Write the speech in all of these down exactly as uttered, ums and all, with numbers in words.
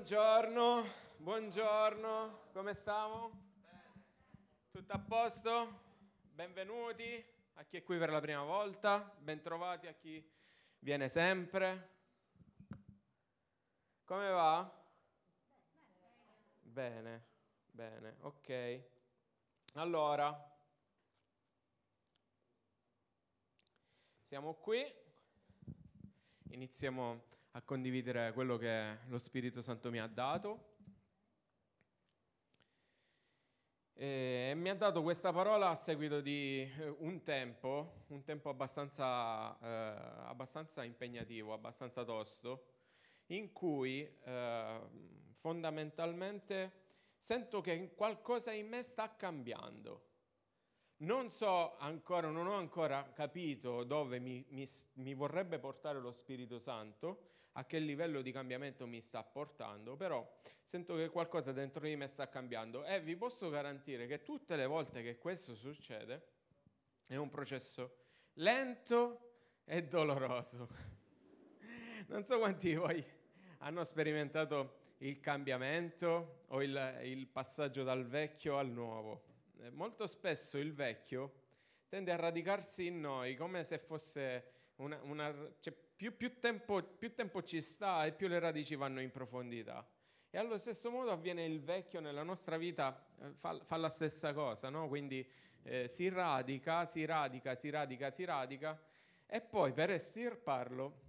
Buongiorno, buongiorno, come stiamo? Tutto a posto? Benvenuti a chi è qui per la prima volta, bentrovati a chi viene sempre. Come va? Bene, bene, ok. Allora, siamo qui, iniziamo a condividere quello che lo Spirito Santo mi ha dato. E mi ha dato questa parola a seguito di un tempo, un tempo abbastanza, eh, abbastanza impegnativo, abbastanza tosto, in cui eh, fondamentalmente sento che qualcosa in me sta cambiando. Non so ancora, non ho ancora capito dove mi, mi, mi vorrebbe portare lo Spirito Santo, a che livello di cambiamento mi sta portando, però sento che qualcosa dentro di me sta cambiando e vi posso garantire che tutte le volte che questo succede è un processo lento e doloroso. Non so quanti di voi hanno sperimentato il cambiamento o il, il passaggio dal vecchio al nuovo. Molto spesso il vecchio tende a radicarsi in noi come se fosse una... una cioè più, più, tempo, più tempo ci sta e più le radici vanno in profondità. E allo stesso modo avviene il vecchio nella nostra vita, eh, fa, fa la stessa cosa, no? Quindi eh, si radica, si radica, si radica, si radica e poi per estirparlo...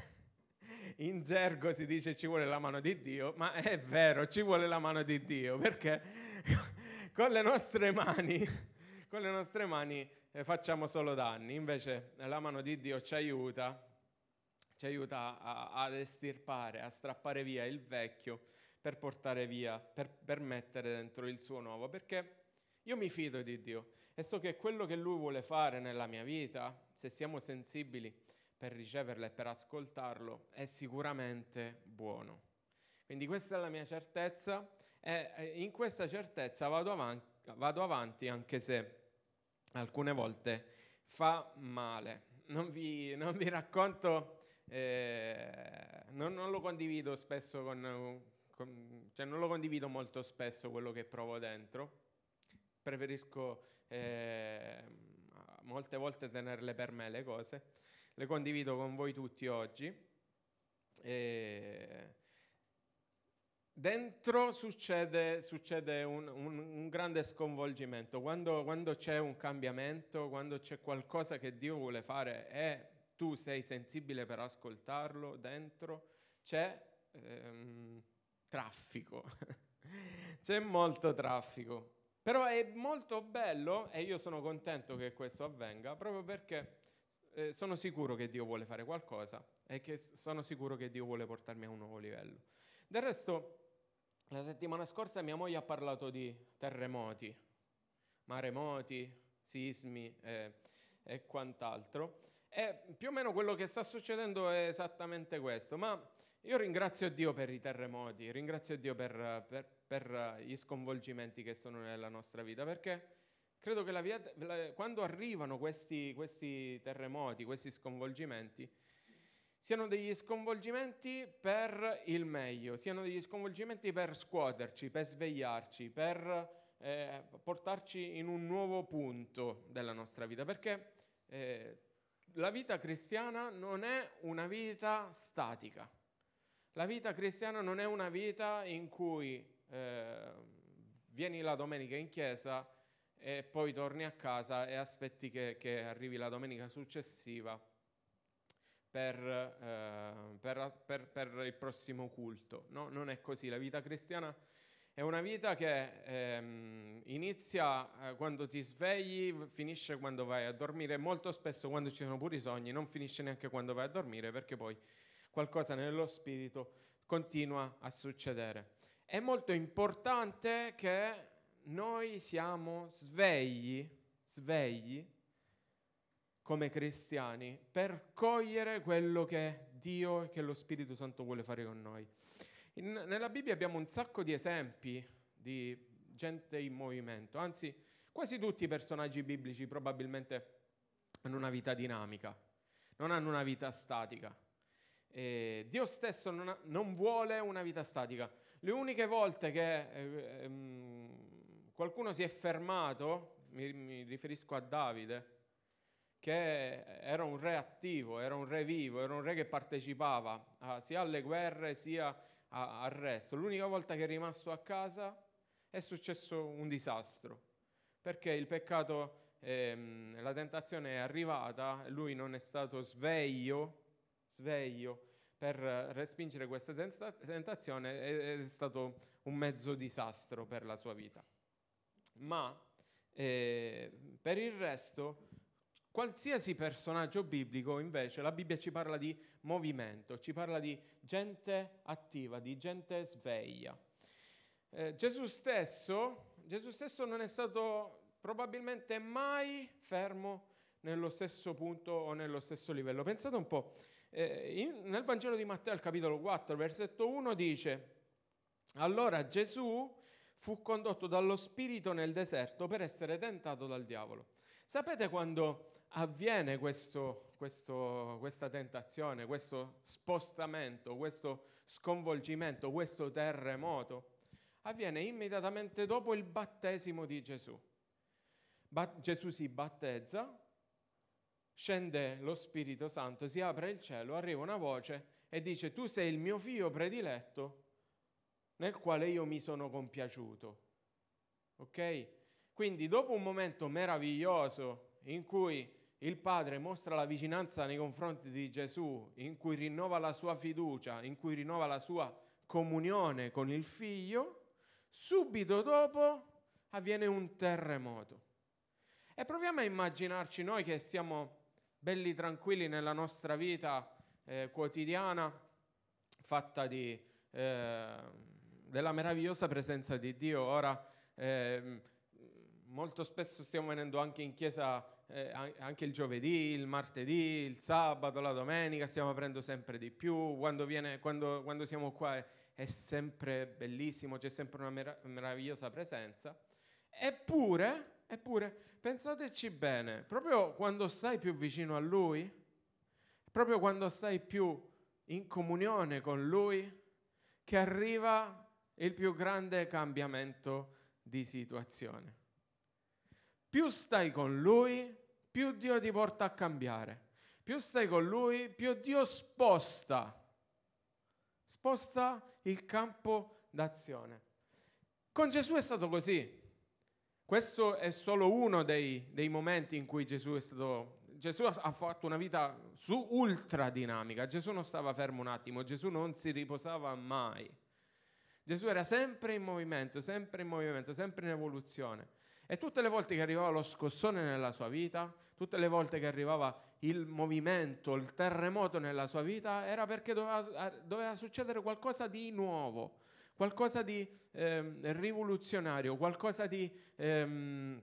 In gergo si dice ci vuole la mano di Dio, ma è vero, ci vuole la mano di Dio, perché con le nostre mani, con le nostre mani eh, facciamo solo danni, invece la mano di Dio ci aiuta, ci aiuta a, ad estirpare, a strappare via il vecchio per portare via, per, per mettere dentro il suo nuovo, perché io mi fido di Dio e so che quello che Lui vuole fare nella mia vita, se siamo sensibili per riceverlo e per ascoltarlo, è sicuramente buono. Quindi questa è la mia certezza e in questa certezza vado avanti, vado avanti anche se alcune volte fa male. Non vi, non vi racconto, eh, non, non lo condivido spesso con, con, cioè non lo condivido molto spesso quello che provo dentro. Preferisco eh, molte volte tenerle per me le cose. Le condivido con voi tutti oggi. E dentro succede, succede un, un, un grande sconvolgimento. Quando, quando c'è un cambiamento, quando c'è qualcosa che Dio vuole fare e tu sei sensibile per ascoltarlo, dentro c'è ehm, traffico. C'è molto traffico. Però è molto bello e io sono contento che questo avvenga proprio perché Eh, sono sicuro che Dio vuole fare qualcosa e che sono sicuro che Dio vuole portarmi a un nuovo livello. Del resto, la settimana scorsa mia moglie ha parlato di terremoti, maremoti, sismi eh, e quant'altro. E più o meno quello che sta succedendo è esattamente questo. Ma io ringrazio Dio per i terremoti, ringrazio Dio per, per, per gli sconvolgimenti che sono nella nostra vita, perché credo che la via, la, quando arrivano questi, questi terremoti, questi sconvolgimenti, siano degli sconvolgimenti per il meglio, siano degli sconvolgimenti per scuoterci, per svegliarci, per eh, portarci in un nuovo punto della nostra vita, perché eh, la vita cristiana non è una vita statica. La vita cristiana non è una vita in cui eh, vieni la domenica in chiesa e poi torni a casa e aspetti che, che arrivi la domenica successiva per, eh, per, per, per il prossimo culto. No, non è così. La vita cristiana è una vita che ehm, inizia eh, quando ti svegli, finisce quando vai a dormire. Molto spesso quando ci sono pure i sogni non finisce neanche quando vai a dormire, perché poi qualcosa nello spirito continua a succedere. È molto importante che noi siamo svegli, svegli come cristiani per cogliere quello che Dio e che lo Spirito Santo vuole fare con noi. In, nella Bibbia abbiamo un sacco di esempi di gente in movimento, anzi quasi tutti i personaggi biblici probabilmente hanno una vita dinamica, non hanno una vita statica. eh, Dio stesso non, ha, non vuole una vita statica. Le uniche volte che eh, ehm, qualcuno si è fermato, mi, mi riferisco a Davide, che era un re attivo, era un re vivo, era un re che partecipava a, sia alle guerre sia a, al resto. L'unica volta che è rimasto a casa è successo un disastro, perché il peccato, ehm, la tentazione è arrivata, lui non è stato sveglio, sveglio per respingere questa tentazione, è, è stato un mezzo disastro per la sua vita. Ma eh, per il resto, qualsiasi personaggio biblico, invece, la Bibbia ci parla di movimento, ci parla di gente attiva, di gente sveglia. Eh, Gesù stesso, Gesù stesso non è stato probabilmente mai fermo nello stesso punto o nello stesso livello. Pensate un po', eh, in, nel Vangelo di Matteo, al capitolo quattro, versetto uno, dice: allora Gesù fu condotto dallo Spirito nel deserto per essere tentato dal diavolo. Sapete quando avviene questo, questo, questa tentazione, questo spostamento, questo sconvolgimento, questo terremoto? Avviene immediatamente dopo il battesimo di Gesù. Ba- Gesù si battezza, scende lo Spirito Santo, si apre il cielo, arriva una voce e dice: tu sei il mio figlio prediletto nel quale io mi sono compiaciuto. Ok? Quindi dopo un momento meraviglioso in cui il Padre mostra la vicinanza nei confronti di Gesù, in cui rinnova la sua fiducia, in cui rinnova la sua comunione con il Figlio, subito dopo avviene un terremoto. E proviamo a immaginarci noi che siamo belli tranquilli nella nostra vita eh, quotidiana, fatta di, eh, della meravigliosa presenza di Dio. Ora, eh, molto spesso stiamo venendo anche in chiesa eh, anche il giovedì, il martedì, il sabato, la domenica, stiamo aprendo sempre di più. Quando, viene, quando, quando siamo qua è, è sempre bellissimo, c'è sempre una merav- meravigliosa presenza. Eppure, eppure, pensateci bene, proprio quando stai più vicino a Lui, proprio quando stai più in comunione con Lui, che arriva il più grande cambiamento di situazione. Più stai con Lui, più Dio ti porta a cambiare. Più stai con Lui, più Dio sposta, sposta il campo d'azione. Con Gesù è stato così. Questo è solo uno dei, dei momenti in cui Gesù è stato... Gesù ha fatto una vita su ultra dinamica. Gesù non stava fermo un attimo, Gesù non si riposava mai. Gesù era sempre in movimento, sempre in movimento, sempre in evoluzione. E tutte le volte che arrivava lo scossone nella sua vita, tutte le volte che arrivava il movimento, il terremoto nella sua vita, era perché doveva, doveva succedere qualcosa di nuovo, qualcosa di ehm, rivoluzionario, qualcosa di, ehm,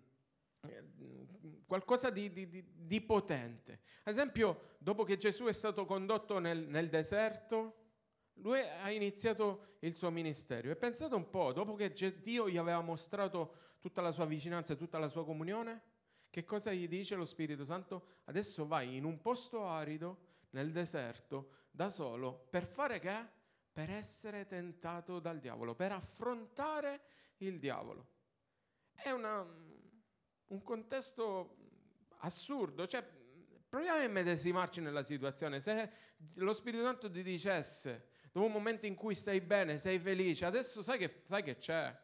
qualcosa di, di, di, di potente. Ad esempio, dopo che Gesù è stato condotto nel, nel deserto, lui ha iniziato il suo ministero. E pensate un po', dopo che Dio gli aveva mostrato tutta la sua vicinanza e tutta la sua comunione, che cosa gli dice lo Spirito Santo? Adesso vai in un posto arido, nel deserto, da solo, per fare che? Per essere tentato dal diavolo, per affrontare il diavolo. È una, un contesto assurdo, cioè proviamo a immedesimarci nella situazione. Se lo Spirito Santo ti dicesse, dopo un momento in cui stai bene, sei felice, adesso sai che, sai che c'è,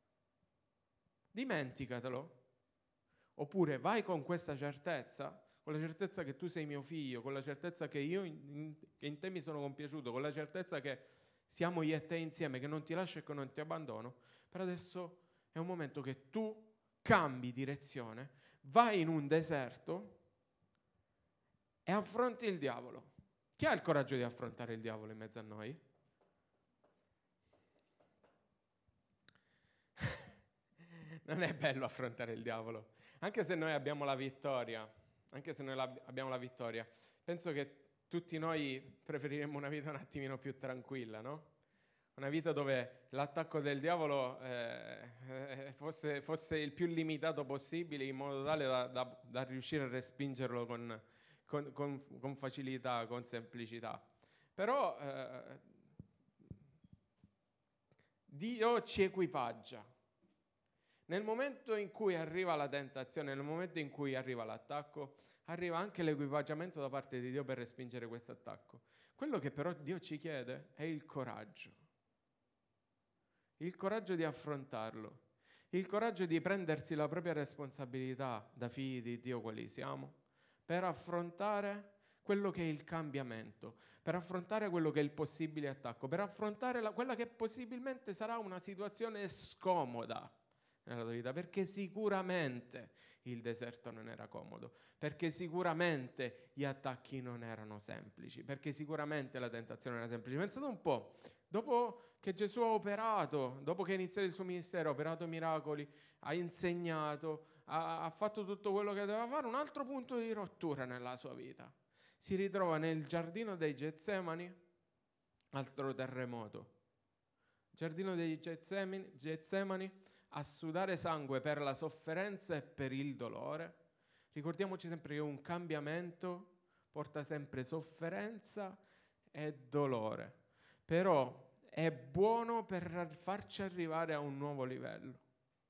dimenticatelo. Oppure vai con questa certezza, con la certezza che tu sei mio figlio, con la certezza che io in, in, che in te mi sono compiaciuto, con la certezza che siamo io e te insieme, che non ti lascio e che non ti abbandono. Per adesso è un momento che tu cambi direzione, vai in un deserto e affronti il diavolo. Chi ha il coraggio di affrontare il diavolo in mezzo a noi? Non è bello affrontare il diavolo, anche se noi abbiamo la vittoria, anche se noi abbiamo la vittoria. Penso che tutti noi preferiremmo una vita un attimino più tranquilla, no? Una vita dove l'attacco del diavolo eh, fosse, fosse il più limitato possibile, in modo tale da, da, da riuscire a respingerlo con, con, con, con facilità, con semplicità. Però eh, Dio ci equipaggia. Nel momento in cui arriva la tentazione, nel momento in cui arriva l'attacco, arriva anche l'equipaggiamento da parte di Dio per respingere questo attacco. Quello che però Dio ci chiede è il coraggio. Il coraggio di affrontarlo. Il coraggio di prendersi la propria responsabilità da figli di Dio quali siamo, per affrontare quello che è il cambiamento, per affrontare quello che è il possibile attacco, per affrontare la, quella che possibilmente sarà una situazione scomoda nella tua vita, perché sicuramente il deserto non era comodo, perché sicuramente gli attacchi non erano semplici, perché sicuramente la tentazione era semplice. Pensate un po', dopo che Gesù ha operato, dopo che ha iniziato il suo ministero, ha operato miracoli, ha insegnato, ha, ha fatto tutto quello che doveva fare, un altro punto di rottura nella sua vita. Si ritrova nel giardino dei Getsemani, altro terremoto. Giardino dei Getsemani, Getsemani, a sudare sangue per la sofferenza e per il dolore. Ricordiamoci sempre che un cambiamento porta sempre sofferenza e dolore, però è buono per farci arrivare a un nuovo livello.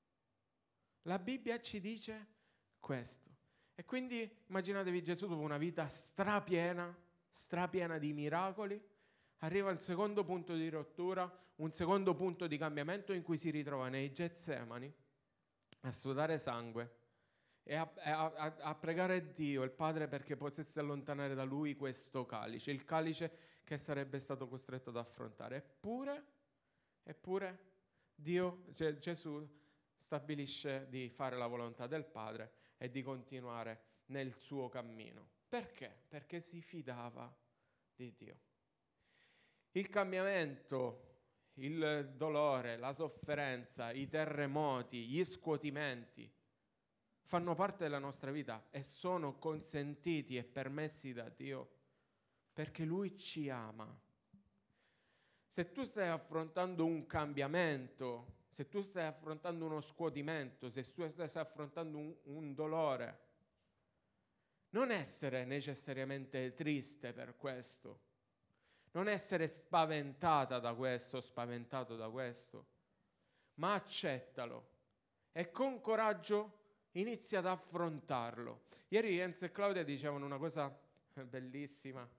La Bibbia ci dice questo. E quindi immaginatevi Gesù dopo una vita strapiena, strapiena di miracoli, arriva al secondo punto di rottura, un secondo punto di cambiamento in cui si ritrova nei Getsemani a sudare sangue e a, a, a, a pregare Dio, il Padre, perché potesse allontanare da lui questo calice, il calice che sarebbe stato costretto ad affrontare. Eppure, eppure Dio, cioè Gesù, stabilisce di fare la volontà del Padre e di continuare nel suo cammino. Perché? Perché si fidava di Dio. Il cambiamento, il dolore, la sofferenza, i terremoti, gli scuotimenti fanno parte della nostra vita e sono consentiti e permessi da Dio perché Lui ci ama. Se tu stai affrontando un cambiamento, se tu stai affrontando uno scuotimento, se tu stai affrontando un, un dolore, non essere necessariamente triste per questo, non essere spaventata da questo, spaventato da questo, ma accettalo e con coraggio inizia ad affrontarlo. Ieri Enzo e Claudia dicevano una cosa bellissima,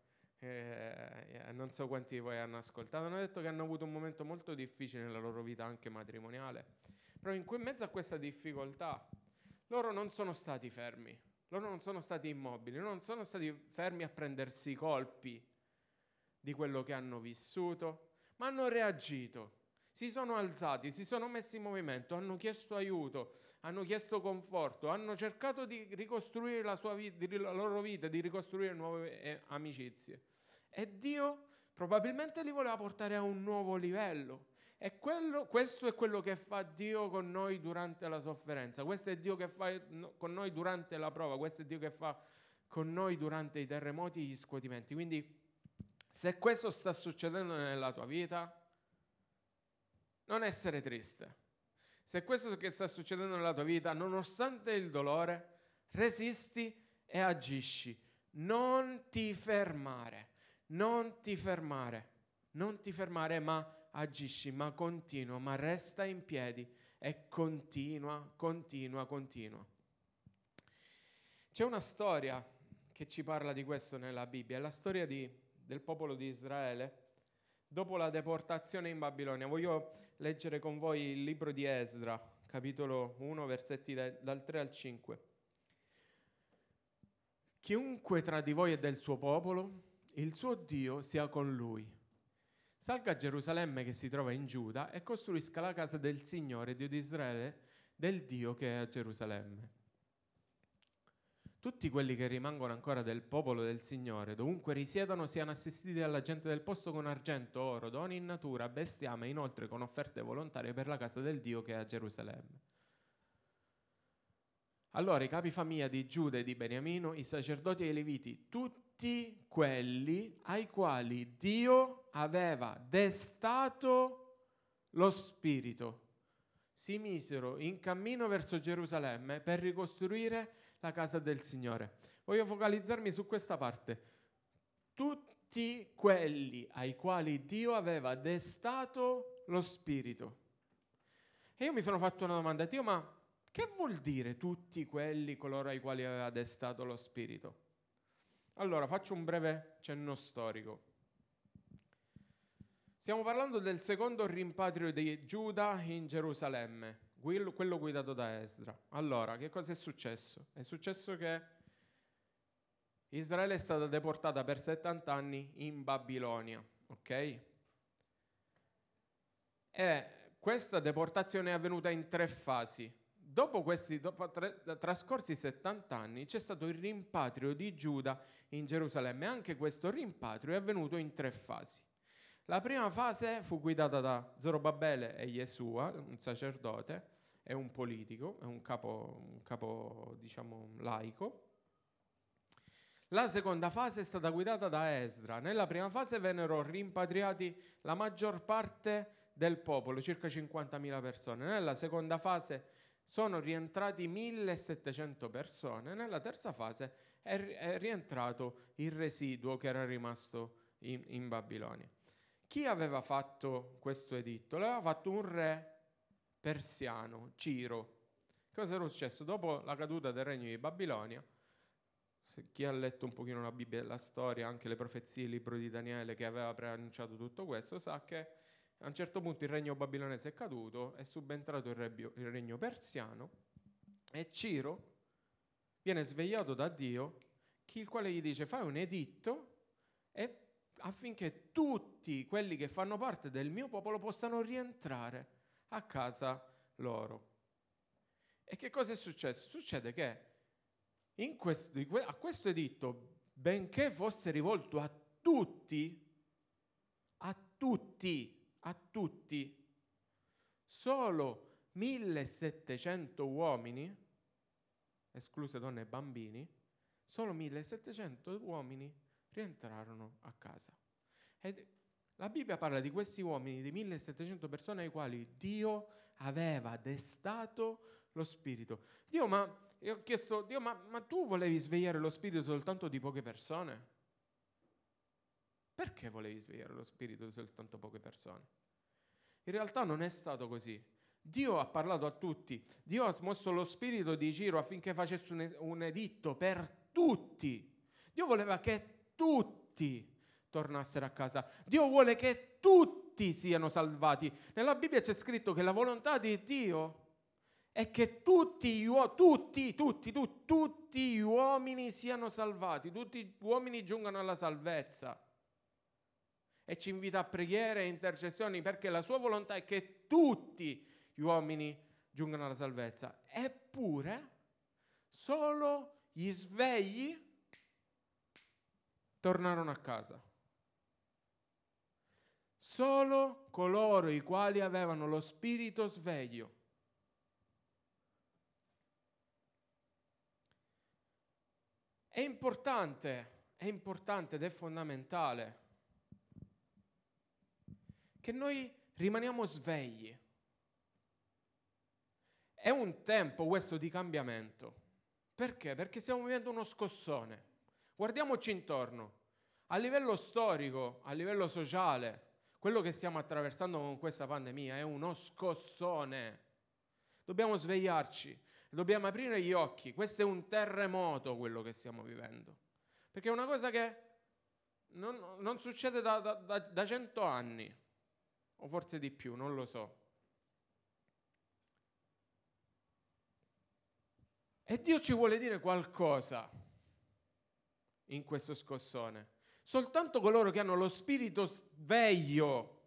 eh, non so quanti di voi hanno ascoltato, hanno detto che hanno avuto un momento molto difficile nella loro vita anche matrimoniale, però in mezzo a questa difficoltà loro non sono stati fermi, loro non sono stati immobili, non sono stati fermi a prendersi i colpi di quello che hanno vissuto, ma hanno reagito, si sono alzati, si sono messi in movimento, hanno chiesto aiuto, hanno chiesto conforto, hanno cercato di ricostruire la, sua vita, la loro vita, di ricostruire nuove eh, amicizie. E Dio probabilmente li voleva portare a un nuovo livello. E quello, questo è quello che fa Dio con noi durante la sofferenza, questo è Dio che fa con noi durante la prova, questo è Dio che fa con noi durante i terremoti e gli scuotimenti. Quindi se questo sta succedendo nella tua vita, non essere triste. Se questo che sta succedendo nella tua vita, nonostante il dolore, resisti e agisci. Non ti fermare, non ti fermare, non ti fermare, ma agisci, ma continua, ma resta in piedi e continua, continua, continua. C'è una storia che ci parla di questo nella Bibbia, è la storia di, del popolo di Israele dopo la deportazione in Babilonia. Voglio leggere con voi il libro di Esdra, capitolo uno, versetti dal tre al cinque. Chiunque tra di voi è del suo popolo, il suo Dio sia con lui. Salga a Gerusalemme che si trova in Giuda e costruisca la casa del Signore, Dio di Israele, del Dio che è a Gerusalemme. Tutti quelli che rimangono ancora del popolo del Signore, dovunque risiedono, siano assistiti dalla gente del posto con argento, oro, doni in natura, bestiame, inoltre con offerte volontarie per la casa del Dio che è a Gerusalemme. Allora i capi famiglia di Giuda e di Beniamino, i sacerdoti e i leviti, tutti quelli ai quali Dio aveva destato lo spirito, si misero in cammino verso Gerusalemme per ricostruire la casa del Signore. Voglio focalizzarmi su questa parte. Tutti tutti quelli ai quali Dio aveva destato lo Spirito. E io mi sono fatto una domanda: Dio, ma che vuol dire tutti quelli coloro ai quali aveva destato lo Spirito? Allora, faccio un breve cenno storico. Stiamo parlando del secondo rimpatrio di Giuda in Gerusalemme, quello guidato da Esdra. Allora, che cosa è successo? È successo che Israele è stata deportata per settanta anni in Babilonia, ok? E questa deportazione è avvenuta in tre fasi. Dopo questi, dopo tre, trascorsi settanta anni, c'è stato il rimpatrio di Giuda in Gerusalemme. Anche questo rimpatrio è avvenuto in tre fasi. La prima fase fu guidata da Zorobabele e Yesua, un sacerdote e un politico, e un capo, un capo, diciamo, laico. La seconda fase è stata guidata da Esdra. Nella prima fase vennero rimpatriati la maggior parte del popolo, circa cinquantamila persone. Nella seconda fase sono rientrati millesettecento persone. Nella terza fase è, è rientrato il residuo che era rimasto in, in Babilonia. Chi aveva fatto questo editto? L'aveva fatto un re persiano, Ciro. Cosa era successo? Dopo la caduta del regno di Babilonia, chi ha letto un pochino la Bibbia e la storia, anche le profezie, il libro di Daniele che aveva preannunciato tutto questo, sa che a un certo punto il regno babilonese è caduto, è subentrato il, rebbio, il regno persiano e Ciro viene svegliato da Dio, il quale gli dice: fai un editto e affinché tutti quelli che fanno parte del mio popolo possano rientrare a casa loro. E che cosa è successo? Succede che in questo, a questo editto, benché fosse rivolto a tutti, a tutti, a tutti, solo millesettecento uomini, escluse donne e bambini, solo millesettecento uomini rientrarono a casa. Ed la Bibbia parla di questi uomini, di millesettecento persone ai quali Dio aveva destato lo Spirito. Dio, ma io ho chiesto, Dio, ma, ma tu volevi svegliare lo Spirito soltanto di poche persone? Perché volevi svegliare lo Spirito di soltanto poche persone? In realtà non è stato così. Dio ha parlato a tutti. Dio ha smosso lo spirito di Ciro affinché facesse un, un editto per tutti. Dio voleva che tutti tornassero a casa. Dio vuole che tutti siano salvati. Nella Bibbia c'è scritto che la volontà di Dio è che tutti, tutti, tutti, tutti, tutti gli uomini siano salvati, tutti gli uomini giungano alla salvezza. E ci invita a preghiere e intercessioni perché la sua volontà è che tutti gli uomini giungano alla salvezza. Eppure solo gli svegli tornarono a casa. Solo coloro i quali avevano lo spirito sveglio. È importante, è importante ed è fondamentale che noi rimaniamo svegli. È un tempo questo di cambiamento. Perché? Perché stiamo vivendo uno scossone. Guardiamoci intorno. A livello storico, a livello sociale, quello che stiamo attraversando con questa pandemia è uno scossone. Dobbiamo svegliarci, dobbiamo aprire gli occhi. Questo è un terremoto quello che stiamo vivendo. Perché è una cosa che non, non succede da, da, da cento anni. O forse di più, non lo so. E Dio ci vuole dire qualcosa in questo scossone. Soltanto coloro che hanno lo spirito sveglio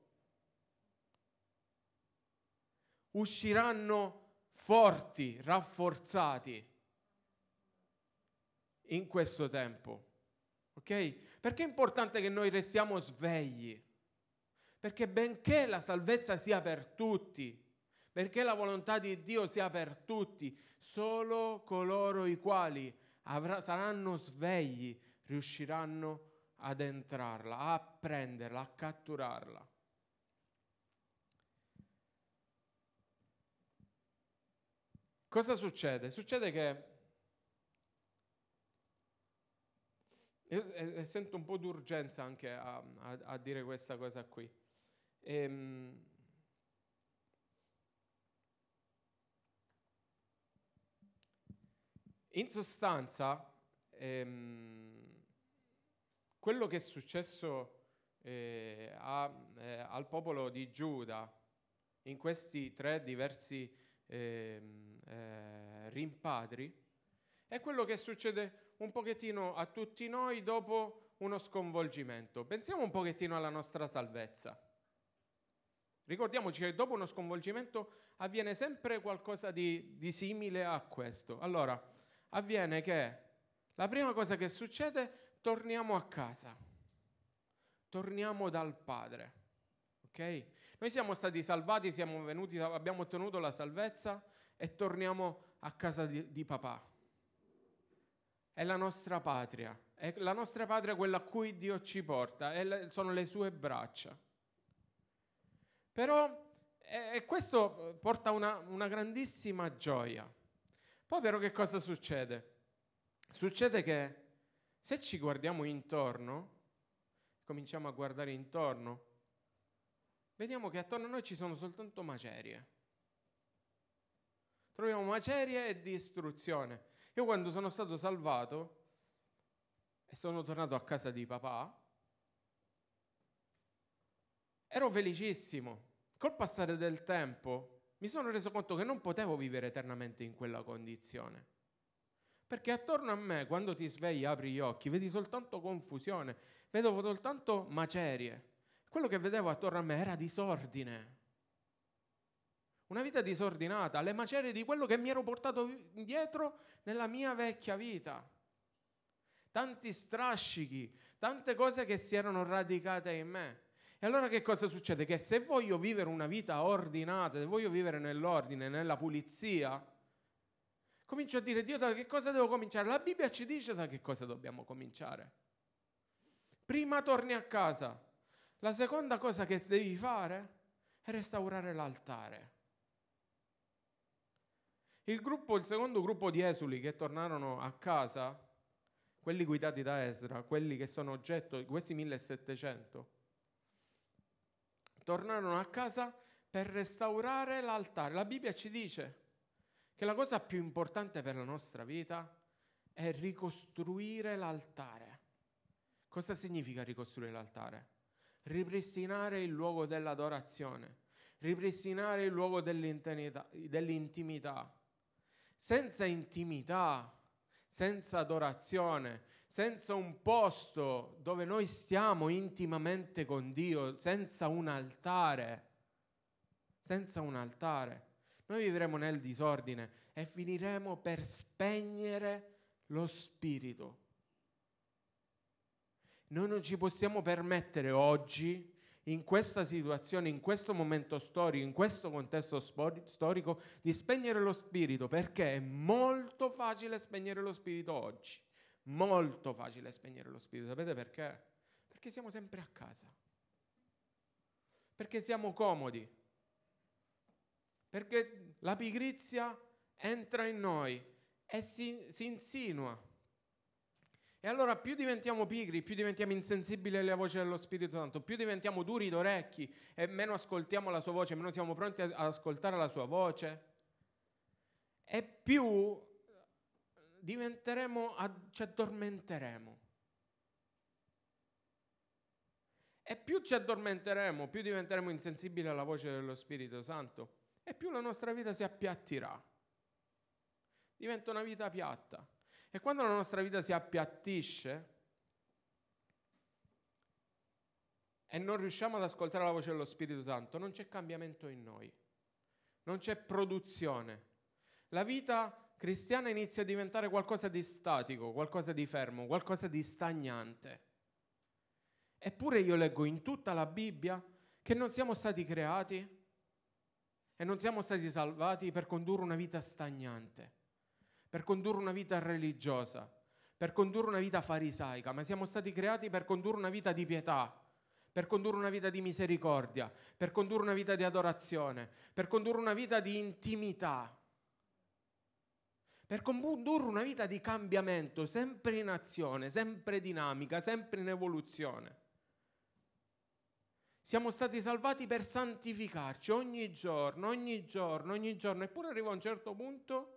usciranno forti, rafforzati in questo tempo. Ok? Perché è importante che noi restiamo svegli? Perché benché la salvezza sia per tutti, perché la volontà di Dio sia per tutti, solo coloro i quali avrà, saranno svegli riusciranno ad entrarla, a prenderla, a catturarla. Cosa succede? Succede che Io e, e sento un po' d'urgenza anche a, a, a dire questa cosa qui. Ehm, in sostanza, ehm, quello che è successo eh, a, eh, al popolo di Giuda in questi tre diversi ehm, eh, rimpatri è quello che succede un pochettino a tutti noi dopo uno sconvolgimento. Pensiamo un pochettino alla nostra salvezza. Ricordiamoci che dopo uno sconvolgimento avviene sempre qualcosa di, di simile a questo. Allora, avviene che la prima cosa che succede, torniamo a casa, torniamo dal Padre, ok? Noi siamo stati salvati, siamo venuti, abbiamo ottenuto la salvezza e torniamo a casa di, di papà. È la nostra patria, è la nostra patria quella a cui Dio ci porta, è, sono le sue braccia. Però e questo porta una, una grandissima gioia. Poi però che cosa succede? Succede che se ci guardiamo intorno, cominciamo a guardare intorno, vediamo che attorno a noi ci sono soltanto macerie. Troviamo macerie e distruzione. Io quando sono stato salvato e sono tornato a casa di papà, ero felicissimo. Col passare del tempo mi sono reso conto che non potevo vivere eternamente in quella condizione. Perché attorno a me, quando ti svegli, apri gli occhi, vedi soltanto confusione, vedo soltanto macerie. Quello che vedevo attorno a me era disordine. Una vita disordinata, le macerie di quello che mi ero portato dietro nella mia vecchia vita. Tanti strascichi, tante cose che si erano radicate in me. E allora che cosa succede? Che se voglio vivere una vita ordinata, se voglio vivere nell'ordine, nella pulizia, comincio a dire: Dio, da che cosa devo cominciare? La Bibbia ci dice da che cosa dobbiamo cominciare. Prima torni a casa. La seconda cosa che devi fare è restaurare l'altare. Il gruppo, il secondo gruppo di esuli che tornarono a casa, quelli guidati da Esdra, quelli che sono oggetto di questi millesettecento, tornarono a casa per restaurare l'altare. La Bibbia ci dice che la cosa più importante per la nostra vita è ricostruire l'altare. Cosa significa ricostruire l'altare? Ripristinare il luogo dell'adorazione, ripristinare il luogo dell'intimità. dell'intimità. Senza intimità, senza adorazione, senza un posto dove noi stiamo intimamente con Dio, senza un altare, senza un altare, noi vivremo nel disordine e finiremo per spegnere lo spirito. Noi non ci possiamo permettere oggi, in questa situazione, in questo momento storico, in questo contesto storico, di spegnere lo spirito, perché è molto facile spegnere lo spirito oggi. Molto facile spegnere lo spirito. Sapete perché? Perché siamo sempre a casa. Perché siamo comodi. Perché la pigrizia entra in noi e si, si insinua. E allora più diventiamo pigri, più diventiamo insensibili alla voce dello Spirito Santo, più diventiamo duri d'orecchi e meno ascoltiamo la sua voce, meno siamo pronti ad ascoltare la sua voce, e più diventeremo, ci addormenteremo. E più ci addormenteremo, più diventeremo insensibili alla voce dello Spirito Santo, e più la nostra vita si appiattirà. Diventa una vita piatta. E quando la nostra vita si appiattisce e non riusciamo ad ascoltare la voce dello Spirito Santo, non c'è cambiamento in noi, non c'è produzione. La vita cristiana inizia a diventare qualcosa di statico, qualcosa di fermo, qualcosa di stagnante. Eppure io leggo in tutta la Bibbia che non siamo stati creati e non siamo stati salvati per condurre una vita stagnante, per condurre una vita religiosa, per condurre una vita farisaica, ma siamo stati creati per condurre una vita di pietà, per condurre una vita di misericordia, per condurre una vita di adorazione, per condurre una vita di intimità, per condurre una vita di cambiamento, sempre in azione, sempre dinamica, sempre in evoluzione. Siamo stati salvati per santificarci ogni giorno, ogni giorno, ogni giorno, eppure arriva un certo punto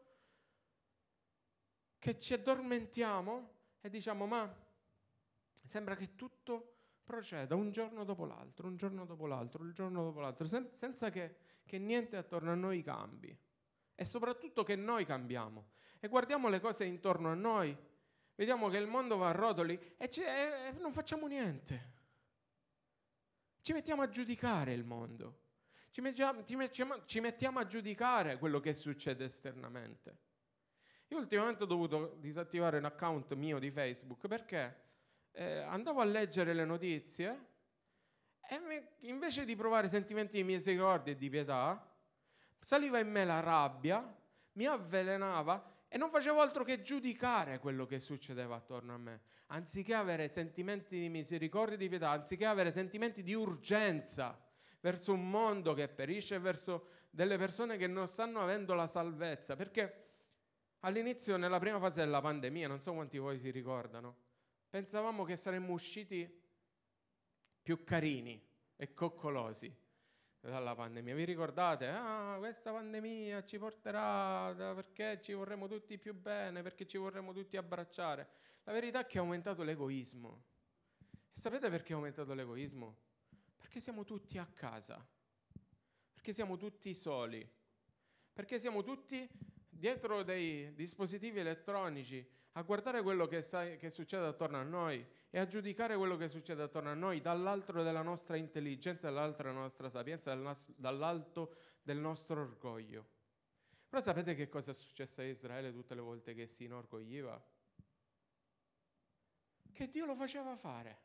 che ci addormentiamo e diciamo: ma sembra che tutto proceda un giorno dopo l'altro, un giorno dopo l'altro, un giorno dopo l'altro, sen- senza che, che niente attorno a noi cambi. E soprattutto che noi cambiamo. E guardiamo le cose intorno a noi, vediamo che il mondo va a rotoli e, ci- e non facciamo niente. Ci mettiamo a giudicare il mondo. Ci mettiamo, ci mettiamo- ci mettiamo a giudicare quello che succede esternamente. Io ultimamente ho dovuto disattivare un account mio di Facebook perché eh, andavo a leggere le notizie e mi- invece di provare sentimenti di misericordia e di pietà, saliva in me la rabbia, mi avvelenava e non facevo altro che giudicare quello che succedeva attorno a me, anziché avere sentimenti di misericordia e di pietà, anziché avere sentimenti di urgenza verso un mondo che perisce, verso delle persone che non stanno avendo la salvezza. Perché all'inizio, nella prima fase della pandemia, non so quanti di voi si ricordano, pensavamo che saremmo usciti più carini e coccolosi dalla pandemia. Vi ricordate? Ah, questa pandemia ci porterà da- perché ci vorremmo tutti più bene, perché ci vorremmo tutti abbracciare. La verità è che è aumentato l'egoismo. E sapete perché è aumentato l'egoismo? Perché siamo tutti a casa, perché siamo tutti soli, perché siamo tutti dietro dei dispositivi elettronici a guardare quello che, sta, che succede attorno a noi e a giudicare quello che succede attorno a noi dall'altro della nostra intelligenza, dall'altro della nostra sapienza, dal nas- dall'alto del nostro orgoglio. Però sapete che cosa è successo a Israele tutte le volte che si inorgogliva? Che Dio lo faceva fare.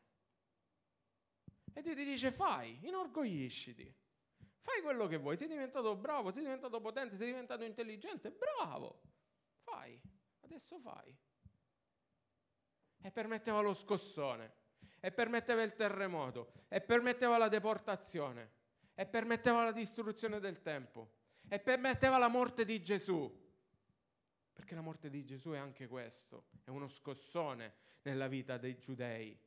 E Dio ti dice: fai, inorgoglisciti. Fai quello che vuoi, sei diventato bravo, sei diventato potente, sei diventato intelligente, bravo, fai, adesso fai. E permetteva lo scossone, e permetteva il terremoto, e permetteva la deportazione, e permetteva la distruzione del tempo, e permetteva la morte di Gesù. Perché la morte di Gesù è anche questo, è uno scossone nella vita dei giudei.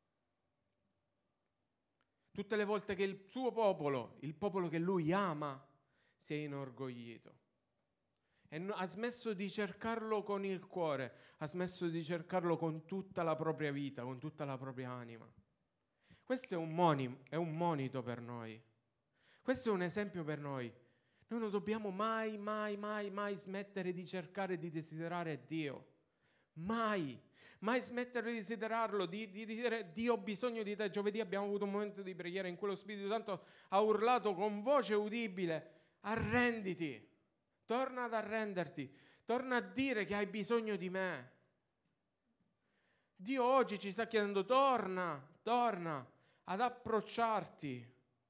Tutte le volte che il suo popolo, il popolo che lui ama, si è inorgoglito. E no, ha smesso di cercarlo con il cuore, ha smesso di cercarlo con tutta la propria vita, con tutta la propria anima. Questo è un, moni, è un monito per noi. Questo è un esempio per noi. Noi non dobbiamo mai, mai, mai, mai smettere di cercare e di desiderare Dio. Mai, mai smettere di desiderarlo, di, di dire: Dio, ho bisogno di te. Giovedì abbiamo avuto un momento di preghiera in cui lo Spirito Santo ha urlato con voce udibile: arrenditi, torna ad arrenderti, torna a dire che hai bisogno di me. Dio oggi ci sta chiedendo: torna, torna ad approcciarti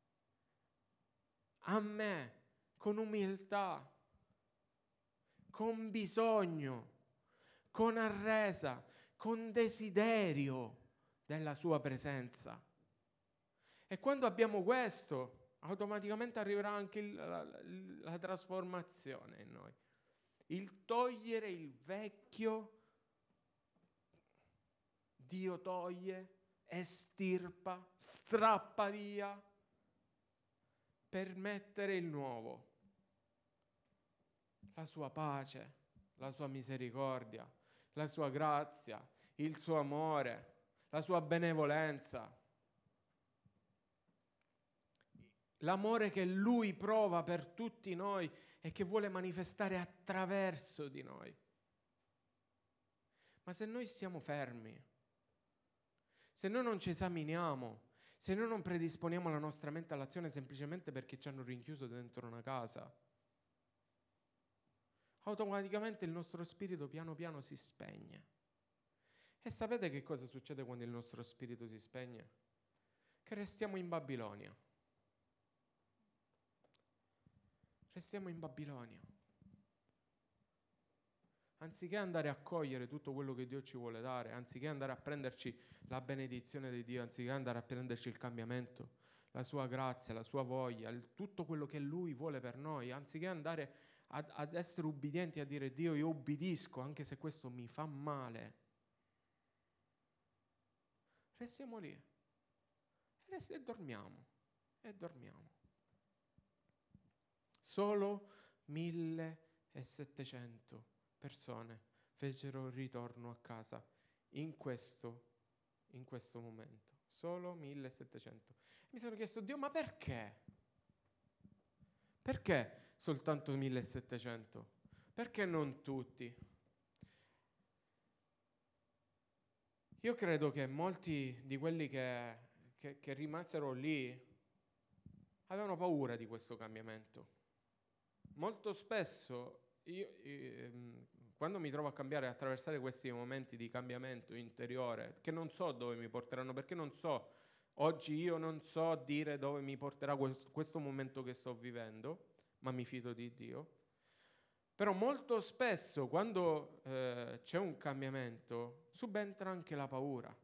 a me con umiltà, con bisogno, con arresa, con desiderio della sua presenza. E quando abbiamo questo, automaticamente arriverà anche il, la, la, la trasformazione in noi. Il togliere il vecchio, Dio toglie, estirpa, strappa via per mettere il nuovo. La sua pace, la sua misericordia, la sua grazia, il suo amore, la sua benevolenza, l'amore che Lui prova per tutti noi e che vuole manifestare attraverso di noi. Ma se noi stiamo fermi, se noi non ci esaminiamo, se noi non predisponiamo la nostra mente all'azione semplicemente perché ci hanno rinchiuso dentro una casa, automaticamente il nostro spirito piano piano si spegne. E sapete che cosa succede quando il nostro spirito si spegne? Che restiamo in Babilonia. Restiamo in Babilonia. Anziché andare a cogliere tutto quello che Dio ci vuole dare, anziché andare a prenderci la benedizione di Dio, anziché andare a prenderci il cambiamento, la sua grazia, la sua voglia, il, tutto quello che Lui vuole per noi, anziché andare ad, ad essere ubbidienti, a dire Dio io ubbidisco anche se questo mi fa male. Restiamo lì e, resti, e dormiamo, e dormiamo. Solo millesettecento persone fecero ritorno a casa in questo, in questo momento. Solo millesettecento. Mi sono chiesto, Dio, ma perché? Perché soltanto millesettecento? Perché non tutti? Io credo che molti di quelli che, che, che rimasero lì avevano paura di questo cambiamento. Molto spesso io, io, quando mi trovo a cambiare, a attraversare questi momenti di cambiamento interiore, che non so dove mi porteranno, perché non so, oggi io non so dire dove mi porterà questo, questo momento che sto vivendo, ma mi fido di Dio. Però molto spesso quando eh, c'è un cambiamento subentra anche la paura.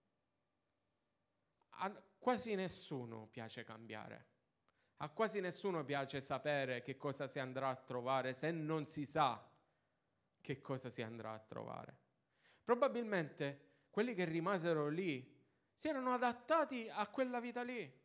A quasi nessuno piace cambiare. A quasi nessuno piace sapere che cosa si andrà a trovare se non si sa che cosa si andrà a trovare. Probabilmente quelli che rimasero lì si erano adattati a quella vita lì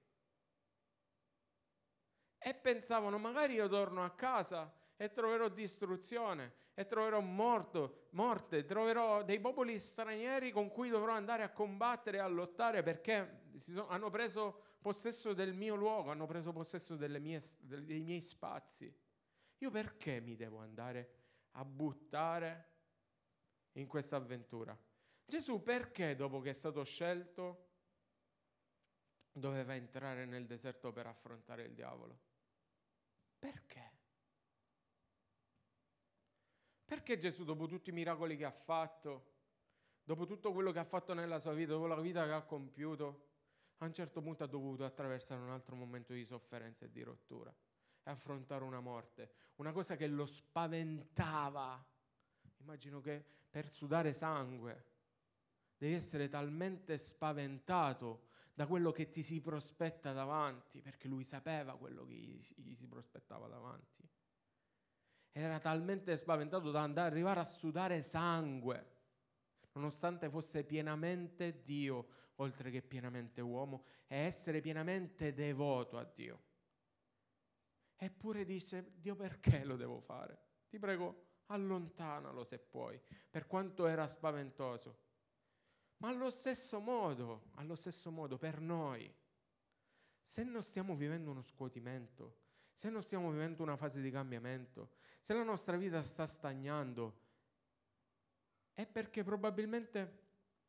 e pensavano magari io torno a casa e troverò distruzione e troverò morto, morte, troverò dei popoli stranieri con cui dovrò andare a combattere e a lottare perché si sono, hanno preso possesso del mio luogo, hanno preso possesso delle mie, dei miei spazi. Io perché mi devo andare a buttare in questa avventura? Gesù perché dopo che è stato scelto doveva entrare nel deserto per affrontare il diavolo? Perché? Perché Gesù, dopo tutti i miracoli che ha fatto, dopo tutto quello che ha fatto nella sua vita, dopo la vita che ha compiuto, a un certo punto ha dovuto attraversare un altro momento di sofferenza e di rottura e affrontare una morte, una cosa che lo spaventava. Immagino che per sudare sangue devi essere talmente spaventato da quello che ti si prospetta davanti, perché lui sapeva quello che gli si prospettava davanti. Era talmente spaventato da andare, arrivare a sudare sangue, nonostante fosse pienamente Dio, oltre che pienamente uomo, e essere pienamente devoto a Dio. Eppure dice, Dio perché lo devo fare? Ti prego, allontanalo se puoi, per quanto era spaventoso. Ma allo stesso modo, allo stesso modo per noi, se non stiamo vivendo uno scuotimento, se non stiamo vivendo una fase di cambiamento, se la nostra vita sta stagnando, è perché probabilmente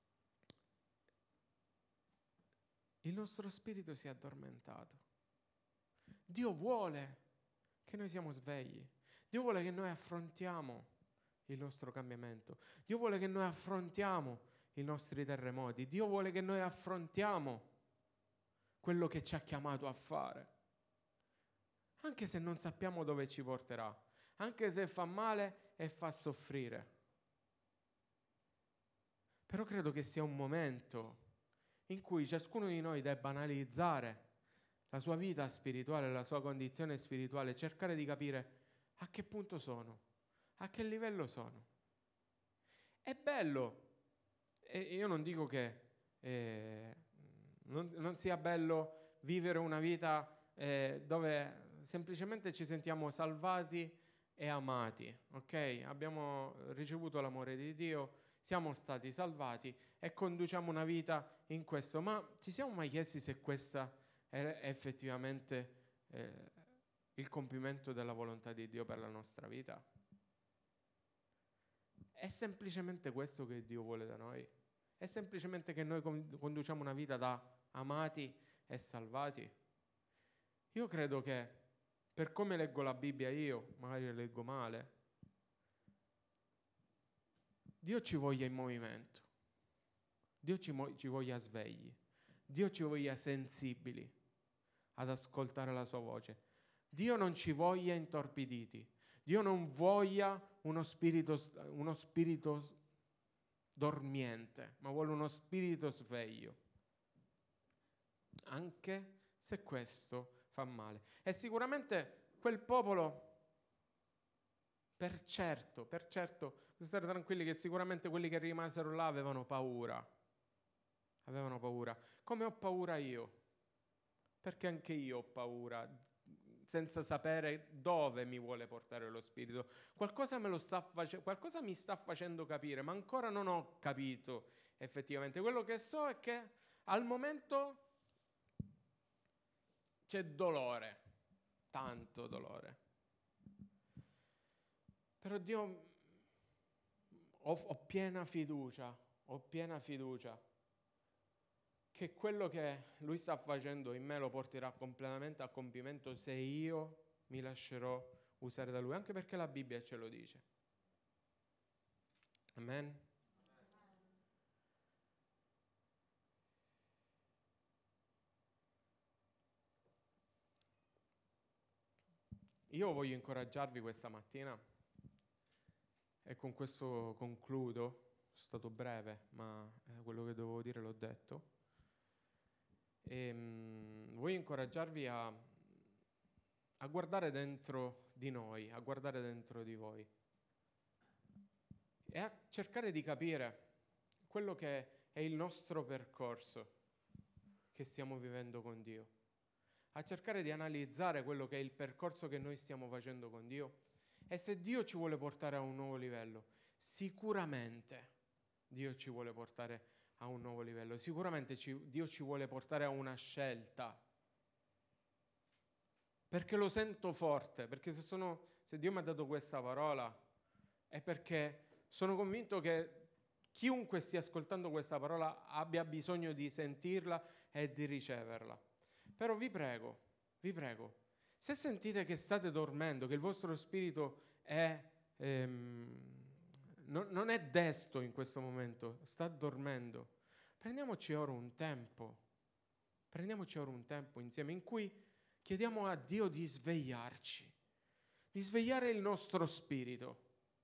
il nostro spirito si è addormentato. Dio vuole che noi siamo svegli. Dio vuole che noi affrontiamo il nostro cambiamento. Dio vuole che noi affrontiamo i nostri terremoti. Dio vuole che noi affrontiamo quello che ci ha chiamato a fare. Anche se non sappiamo dove ci porterà, anche se fa male e fa soffrire. Però credo che sia un momento in cui ciascuno di noi debba analizzare la sua vita spirituale, la sua condizione spirituale, cercare di capire a che punto sono, a che livello sono. È bello, e io non dico che eh, non, non sia bello vivere una vita eh, dove semplicemente ci sentiamo salvati e amati, ok? Abbiamo ricevuto l'amore di Dio, siamo stati salvati e conduciamo una vita in questo, ma ci siamo mai chiesti se questa è effettivamente eh, il compimento della volontà di Dio per la nostra vita? È semplicemente questo che Dio vuole da noi? È semplicemente che noi conduciamo una vita da amati e salvati? Io credo che, per come leggo la Bibbia io, magari la leggo male, Dio ci voglia in movimento, Dio ci, mo- ci voglia svegli, Dio ci voglia sensibili ad ascoltare la sua voce. Dio non ci voglia intorpiditi, Dio non voglia uno spirito, uno spirito dormiente, ma vuole uno spirito sveglio, anche se questo fa male. E sicuramente quel popolo Per certo, per certo, potete stare tranquilli che sicuramente quelli che rimasero là avevano paura. Avevano paura. Come ho paura io? Perché anche io ho paura, senza sapere dove mi vuole portare lo Spirito. Qualcosa me lo sta face- qualcosa mi sta facendo capire, ma ancora non ho capito effettivamente. Quello che so è che al momento c'è dolore, tanto dolore. Però Dio, ho, ho piena fiducia, ho piena fiducia che quello che Lui sta facendo in me lo porterà completamente a compimento se io mi lascerò usare da Lui, anche perché la Bibbia ce lo dice. Amen. Io voglio incoraggiarvi questa mattina e con questo concludo. È stato breve, ma eh, quello che dovevo dire l'ho detto. E, mh, voglio incoraggiarvi a, a guardare dentro di noi, a guardare dentro di voi e a cercare di capire quello che è il nostro percorso che stiamo vivendo con Dio, a cercare di analizzare quello che è il percorso che noi stiamo facendo con Dio e se Dio ci vuole portare a un nuovo livello, sicuramente Dio ci vuole portare a un nuovo livello, sicuramente ci, Dio ci vuole portare a una scelta, perché lo sento forte, perché se, sono, se Dio mi ha dato questa parola è perché sono convinto che chiunque stia ascoltando questa parola abbia bisogno di sentirla e di riceverla. Però vi prego, vi prego, se sentite che state dormendo, che il vostro spirito è, ehm, non, non è desto in questo momento, sta dormendo, prendiamoci ora un tempo, prendiamoci ora un tempo insieme in cui chiediamo a Dio di svegliarci, di svegliare il nostro spirito.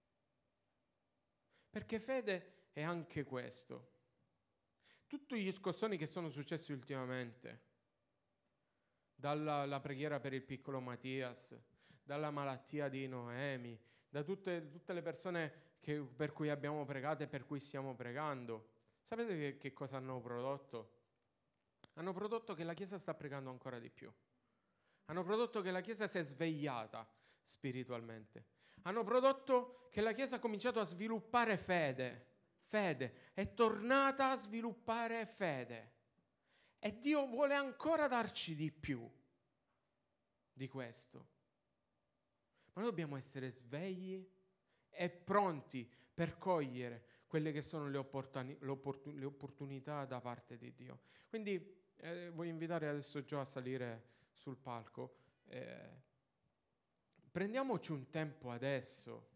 Perché fede è anche questo. Tutti gli scossoni che sono successi ultimamente, dalla la preghiera per il piccolo Mattias, dalla malattia di Noemi, da tutte, tutte le persone che, per cui abbiamo pregato e per cui stiamo pregando, sapete che, che cosa hanno prodotto? Hanno prodotto che la Chiesa sta pregando ancora di più. Hanno prodotto che la Chiesa si è svegliata spiritualmente. Hanno prodotto che la Chiesa ha cominciato a sviluppare fede, fede, è tornata a sviluppare fede. E Dio vuole ancora darci di più di questo. Ma noi dobbiamo essere svegli e pronti per cogliere quelle che sono le, opportuni- le opportunità da parte di Dio. Quindi eh, voglio invitare adesso Gio a salire sul palco. Eh, prendiamoci un tempo adesso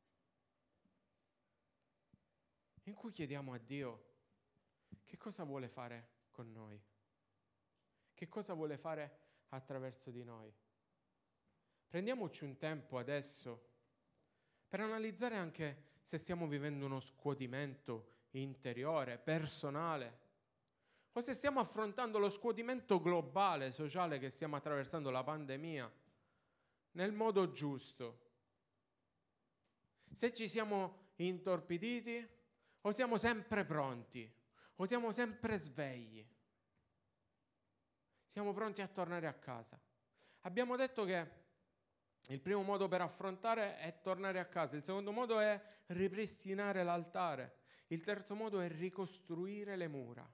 in cui chiediamo a Dio che cosa vuole fare con noi, che cosa vuole fare attraverso di noi. Prendiamoci un tempo adesso per analizzare anche se stiamo vivendo uno scuotimento interiore, personale, o se stiamo affrontando lo scuotimento globale, sociale che stiamo attraversando, la pandemia, nel modo giusto. Se ci siamo intorpiditi o siamo sempre pronti, o siamo sempre svegli. Siamo pronti a tornare a casa. Abbiamo detto che il primo modo per affrontare è tornare a casa, il secondo modo è ripristinare l'altare, il terzo modo è ricostruire le mura.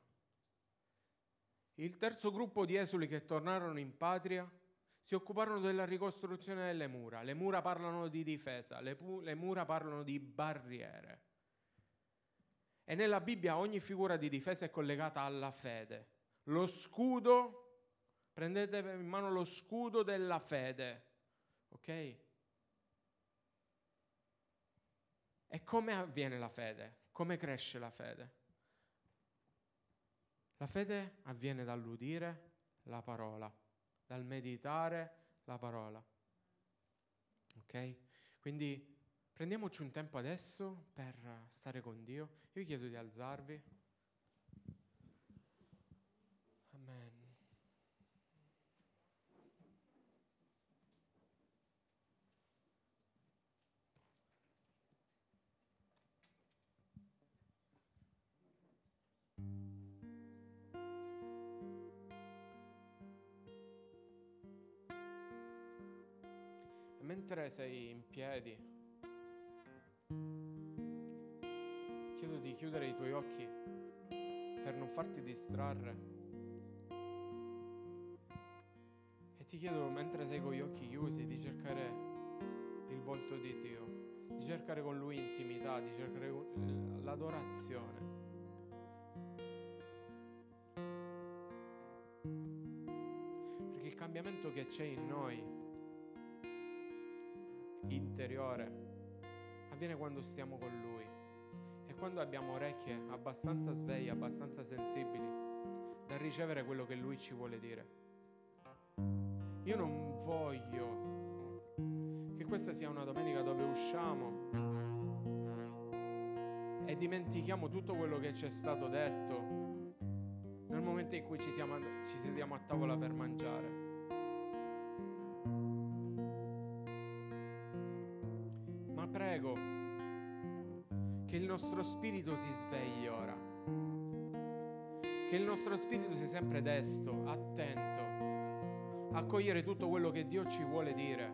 Il terzo gruppo di esuli che tornarono in patria si occuparono della ricostruzione delle mura. Le mura parlano di difesa, le, pu- le mura parlano di barriere. E nella Bibbia ogni figura di difesa è collegata alla fede. Lo scudo, prendete in mano lo scudo della fede, ok? E come avviene la fede? Come cresce la fede? La fede avviene dall'udire la parola, dal meditare la parola. Ok? Quindi prendiamoci un tempo adesso per stare con Dio. Io vi chiedo di alzarvi. Amen. mentre sei in piedi, chiedo di chiudere i tuoi occhi per non farti distrarre. E ti chiedo, mentre sei con gli occhi chiusi, di cercare il volto di Dio, di cercare con Lui intimità, di cercare l'adorazione. Perché il cambiamento che c'è in noi, interiore, avviene quando stiamo con Lui e quando abbiamo orecchie abbastanza sveglie, abbastanza sensibili da ricevere quello che Lui ci vuole dire. Io non voglio che questa sia una domenica dove usciamo e dimentichiamo tutto quello che ci è stato detto nel momento in cui ci, siamo, ci sediamo a tavola per mangiare. Ma prego che il nostro spirito si svegli ora, che il nostro spirito sia sempre desto, attento a cogliere tutto quello che Dio ci vuole dire.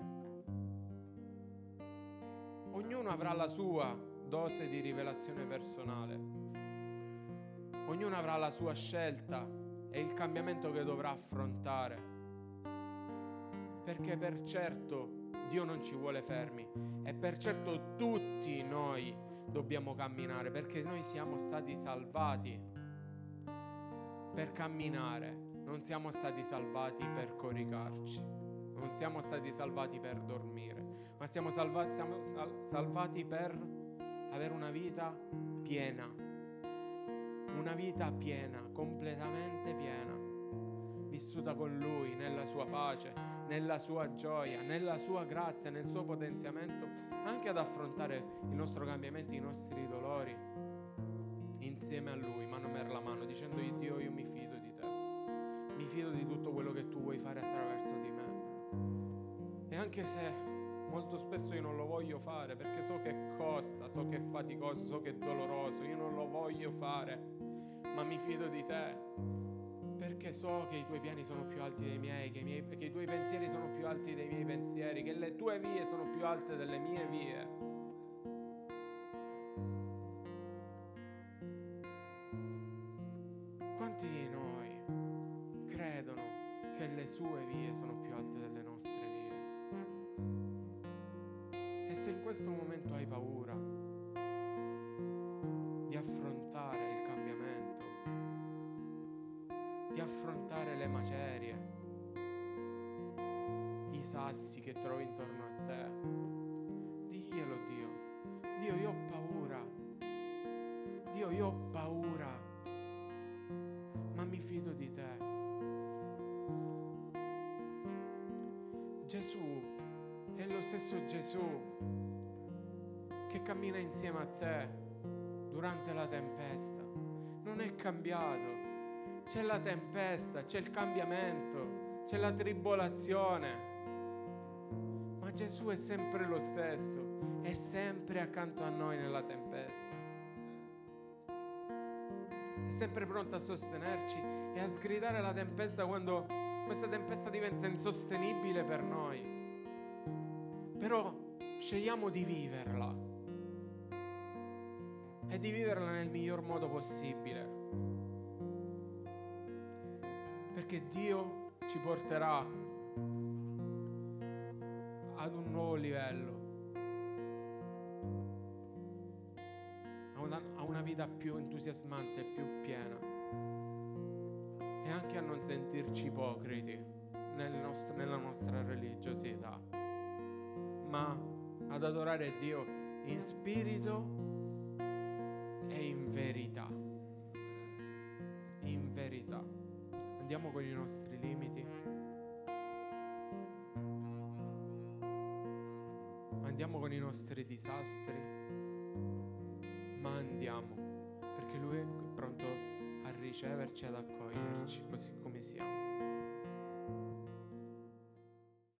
Ognuno avrà la sua dose di rivelazione personale, ognuno avrà la sua scelta e il cambiamento che dovrà affrontare, perché per certo Dio non ci vuole fermi e per certo tutti noi dobbiamo camminare, perché noi siamo stati salvati per camminare, non siamo stati salvati per coricarci, non siamo stati salvati per dormire, ma siamo salvati, siamo sal- salvati per avere una vita piena, una vita piena, completamente piena, vissuta con Lui, nella sua pace, nella sua gioia, nella sua grazia, nel suo potenziamento, anche ad affrontare il nostro cambiamento, i nostri dolori, insieme a Lui, mano per la mano, dicendogli: Dio, io mi fido di te, mi fido di tutto quello che tu vuoi fare attraverso di me. E anche se molto spesso io non lo voglio fare, perché so che costa, so che è faticoso, so che è doloroso, io non lo voglio fare, ma mi fido di te, perché so che i tuoi piani sono più alti dei miei, che i, miei, che i tuoi pensieri sono più alti dei miei pensieri, che le tue vie sono più alte delle mie vie. Quanti di noi credono che le sue vie sono più alte delle nostre vie? E se in questo momento hai paura di affrontare il cambiamento, di affrontare le macerie, i sassi che trovi intorno a te, diglielo: Dio, Dio, io ho paura, Dio, io ho paura, ma mi fido di te. Gesù è lo stesso Gesù che cammina insieme a te durante la tempesta, non è cambiato. C'è la tempesta, c'è il cambiamento, c'è la tribolazione, ma Gesù è sempre lo stesso, è sempre accanto a noi nella tempesta, è sempre pronto a sostenerci e a sgridare la tempesta quando questa tempesta diventa insostenibile per noi. Però scegliamo di viverla e di viverla nel miglior modo possibile, perché Dio ci porterà ad un nuovo livello, a una, a una vita più entusiasmante e più piena, e anche a non sentirci ipocriti nel nostro, nella nostra religiosità, ma ad adorare Dio in spirito e in verità. In verità. Andiamo con i nostri limiti. Andiamo con i nostri disastri. Ma andiamo, perché Lui è pronto a riceverci, ad accoglierci, così come siamo.